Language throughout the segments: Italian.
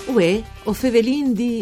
Uè, o fevelin di...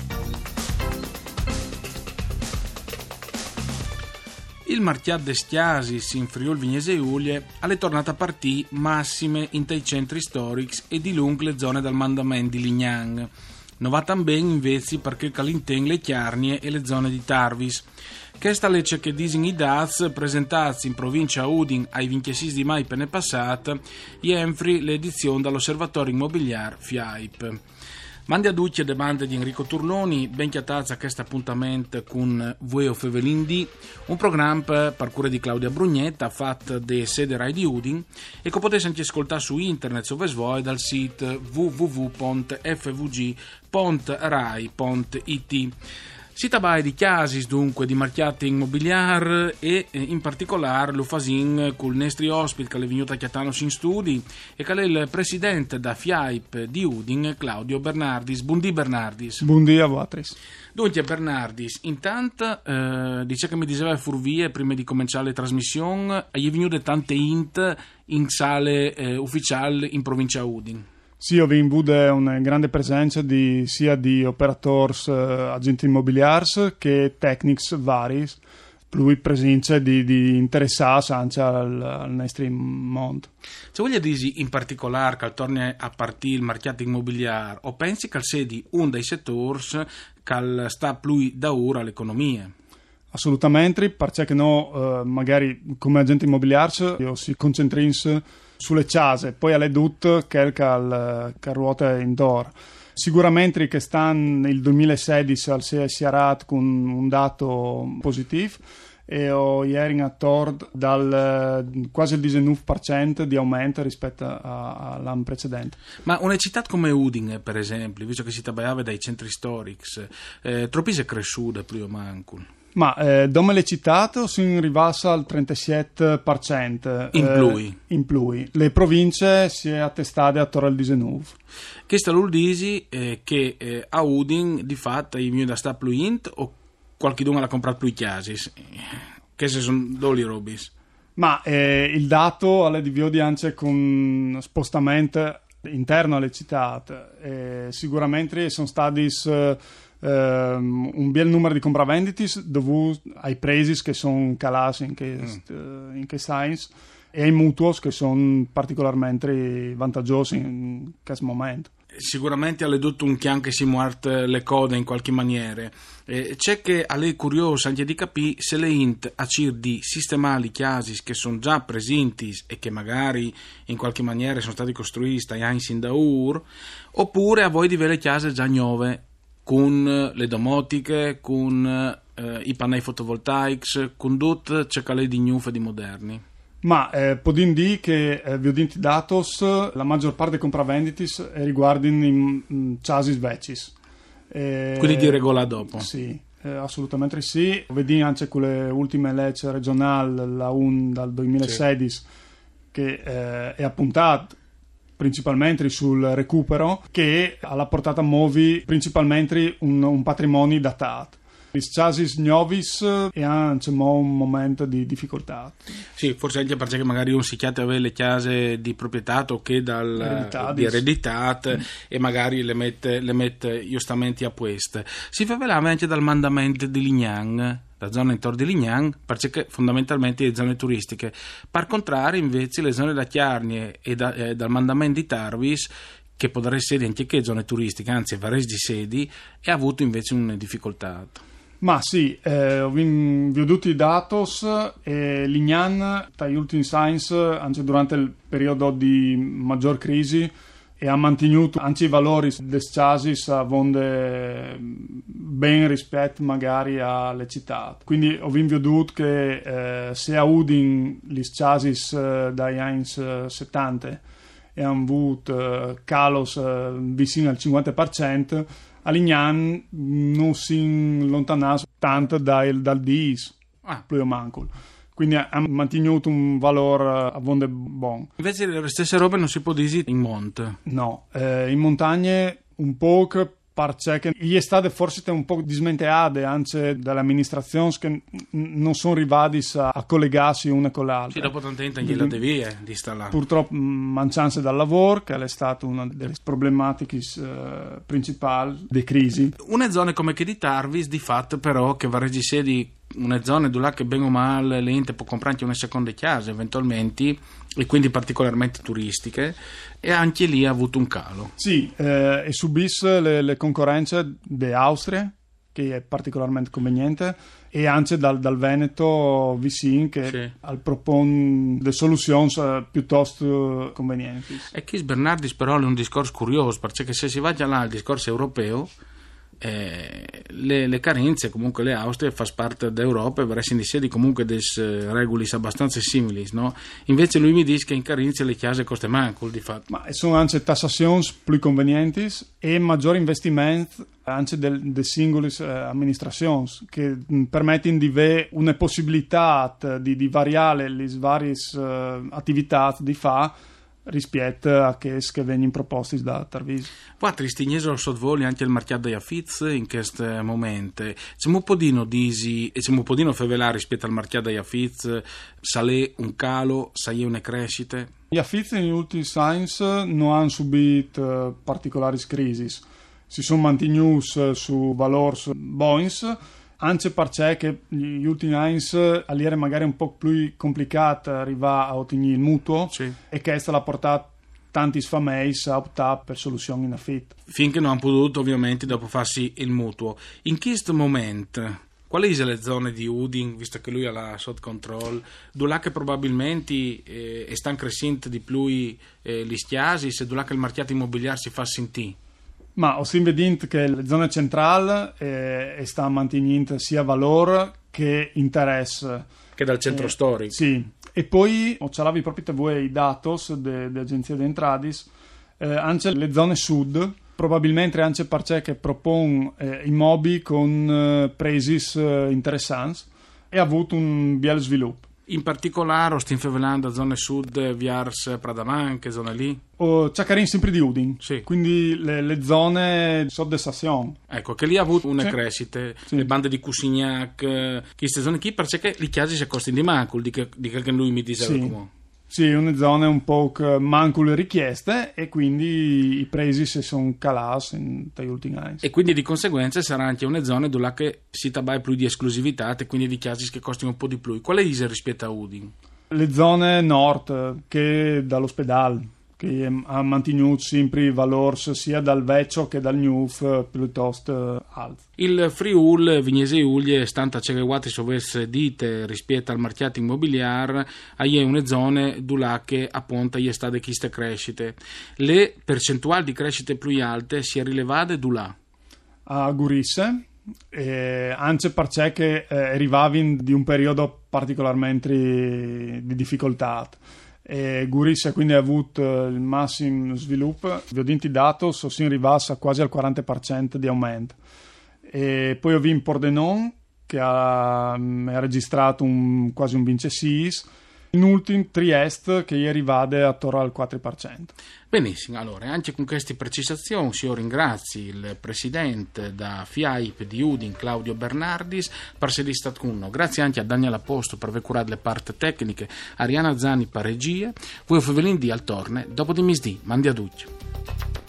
Il Marchiat de Stiasis in Friul Vignese Giulie è tornato a partì massime in tai centri storici e di lung le zone del mandament di Lignan. Non va tan ben invece perché calinteng le Chiarnie e le zone di Tarvis. Questa legge che disin i daz presentati in provincia Udin ai 26 di maio pene passata e enfri l'edizione dall'Osservatorio Immobiliare FIAIP. Mandi a ducce domande di Enrico Turloni, ben chiatazza a questo appuntamento con Vueo Fevelindi, un programma per cura di Claudia Brugnetta, fatto da sede Rai di Udin e che potete anche ascoltare su internet se vuoi dal sito www.fvg.rai.it. Si tabai di casis dunque di marchiati immobiliari e in particolare lo fasin col nostri ospiti che è venuto a chiatanos in studi e che è il presidente da FIAIP di Udin, Claudio Bernardis. Buondì Bernardis. Buondì a Vatris. Dunque Bernardis, intanto dice che mi diceva Furvie prima di cominciare la trasmissione, è venuto tante int in sale ufficiale in provincia Udin. Sì, ho avuto una grande presenza sia di operatori, agenti immobiliari che tecnici vari, più presenza di interessati anche al nostro mondo. Se voglio dire in particolare che torna a partire il mercato immobiliare o pensi che sia uno dei settori che sta più da ora all'economia? Assolutamente, perché no, magari come agenti immobiliari si concentrino sulle case, poi alle DUT che ruota indoor. Sicuramente che stanno nel 2016 al SIARAT con un dato positivo e ieri attorno dal quasi il 19% di aumento rispetto all'anno precedente. Ma una città come Udine, per esempio, visto che si trattava dai centri storici, troppi si è cresciuta più o meno? Ma dove l'è citato si arrivassa al 37% in plui. Le province si è attestate attorno al 19%. Questo vuol dire che a Udin di fatto i miei da sta più int o qualcuno l'ha comprato più chiasis? Che se sono doli robis? Ma il dato alle dividi anche con spostamento interno alle citate. Sicuramente sono stati un bel numero di compravenditi dovuti ai prezzi che sono calati in che science e ai mutuos che sono particolarmente vantaggiosi in questo momento. Sicuramente ha detto un chian che si muarte le code in qualche maniera. C'è che a lei curioso anche di capire se le int a cir di sistemali chiasis che sono già presenti e che magari in qualche maniera sono stati costruiti in sin da ur, oppure a voi di vere chiase già nuove con le domotiche, con i pannelli fotovoltaici, con tutto c'è che lei di new e di moderni. Ma podin dire che vi ho detto datos la maggior parte dei compravenditi riguardano in chassis vecchis. Quindi di regola dopo? Sì, assolutamente sì. Vedi anche con le ultime leggi regionali, la 1 dal 2016, sì, che è appuntata principalmente sul recupero, che alla portata muovi principalmente un patrimonio datato. I chassis nuovis e anche un momento di difficoltà. Sì, forse anche perché magari un si chiede avere le case di proprietà o che di eredità e magari le mette giustamente a queste. Si fa velame anche dal mandamento di Lignan, la zona intorno di Lignan, perché fondamentalmente le zone turistiche. Per contrario, invece, le zone da Chiarnie e dal mandamento di Tarvis, che potrebbe essere anche che zone turistiche, anzi varie di sedi, e ha avuto invece una difficoltà. Ma sì, ho veduto i datos e Lignan, dagli ultimi signs, anche durante il periodo di maggior crisi, e ha mantenuto anche i valori dei chassis a vonde ben rispetto magari alle città. Quindi ho veduto che se a Udin gli chassis dagli anni 70 e hanno avuto calos vicino al 50%, a Lignan non si allontanasse tanto dal DIS, più o meno. Quindi ha mantenuto un valore a vonde buono. Invece le stesse robe non si può dire in monte? No, in montagne un po', perché che gli è state forse un po' dismenteate anche dalle amministrazioni che non sono arrivati a collegarsi una con l'altra. Sì, dopo tanto tempo gliela devi di stare là. Purtroppo mancanza dal lavoro, che è stata una delle problematiche principali di crisi. Una zona come che di Tarvis, di fatto però, che va a reggere di una zona dove che bene o male l'ente può comprare anche una seconda casa eventualmente, e quindi particolarmente turistiche, e anche lì ha avuto un calo. Sì, e subisce le concorrenze dell'Austria, che è particolarmente conveniente, e anche dal Veneto vicino, che sì, propone delle soluzioni piuttosto convenienti. E Chis Bernardis però è un discorso curioso, perché se si va già là al discorso europeo, le carenze, comunque le Austrie fa parte d'Europa e vorresti di sé comunque delle regole abbastanza simili, no? Invece lui mi dice che in carenze le case costa manco di fatto. Ma sono anche tassazioni più convenienti e maggiori investimenti anche delle singole amministrazioni, che permettono di avere una possibilità di variare le varie attività di fa rispetto a che vengono proposti da Tarvisio. Qua Tristigneso sotvoli anche il marchiato di Affiz in questo momento. C'è un po' di fevelare rispetto al marchiato di Affiz, sale un calo, sale una crescita. Gli Affiz negli ultimi anni non hanno subito particolari crisi, si sono mantenuti su valori buoni, anche perché che negli ultimi anni all'era magari un po' più complicata arrivare a ottenere il mutuo, sì, e questo l'ha portato tanti famiglie a optare per soluzioni in affitto. Finché non hanno potuto ovviamente dopo farsi il mutuo. In questo momento, quali sono le zone di Udin, visto che lui ha la sotto controllo, dove che probabilmente stanno crescendo di più gli stiasi, se dove che il mercato immobiliare si fa sentire? Ma ho sempre detto che la zona centrale sta mantenendo sia valore che interesse. Che dal centro storico. Sì, e poi ho parlato proprio a voi i dati dell'agenzia di Entradis, anche le zone sud, probabilmente anche perché propone immobili con prezzi interessanti e ha avuto un bel sviluppo. In particolare, stiamo favelando a zone sud, Viars, Pradaman, che zone lì? Ciacarin sempre di Udin, sì, quindi le zone sotto de Sassion. Ecco, che lì ha avuto una crescita, sì, le bande di Cusignac, queste zone qui, perché li chiasi si costano di manco, di che lui mi diceva, sì, come. Sì, una zona un po' manco le richieste e quindi i prezzi si sono calati negli ultimi anni. E quindi di conseguenza sarà anche una zona dove si tratta più di esclusività e quindi di chiasi che costano un po' di più. Qual è l'isa rispetto a Udin? Le zone nord, che dall'ospedale, che ha mantenuto sempre i valori sia dal vecchio che dal new piuttosto alti. Il Friul, Vignese Giulie, stante a cereguati sovesse dite rispetto al mercato immobiliare, è una zona dove che appunto è state queste crescite. Le percentuali di crescite più alte si è rilevate dove? A Gurisse, anche perché arrivavi di un periodo particolarmente di difficoltà. Gurisse quindi ha avuto il massimo sviluppo. Vi ho detto i dati, sono arrivati a quasi al 40% di aumento. E poi ho visto Pordenone che ha registrato quasi un 26%. In ultimo Trieste che è arrivata attorno al 4%. Benissimo, allora anche con queste precisazioni io ringrazio il presidente da FIAIP di Udin, Claudio Bernardis, per essere stato con noi. Grazie anche a Daniela Posto per aver curato le parti tecniche, Ariana Zani per regia. Voi Fevelin di al torne dopo di misdì, mandi a tutti.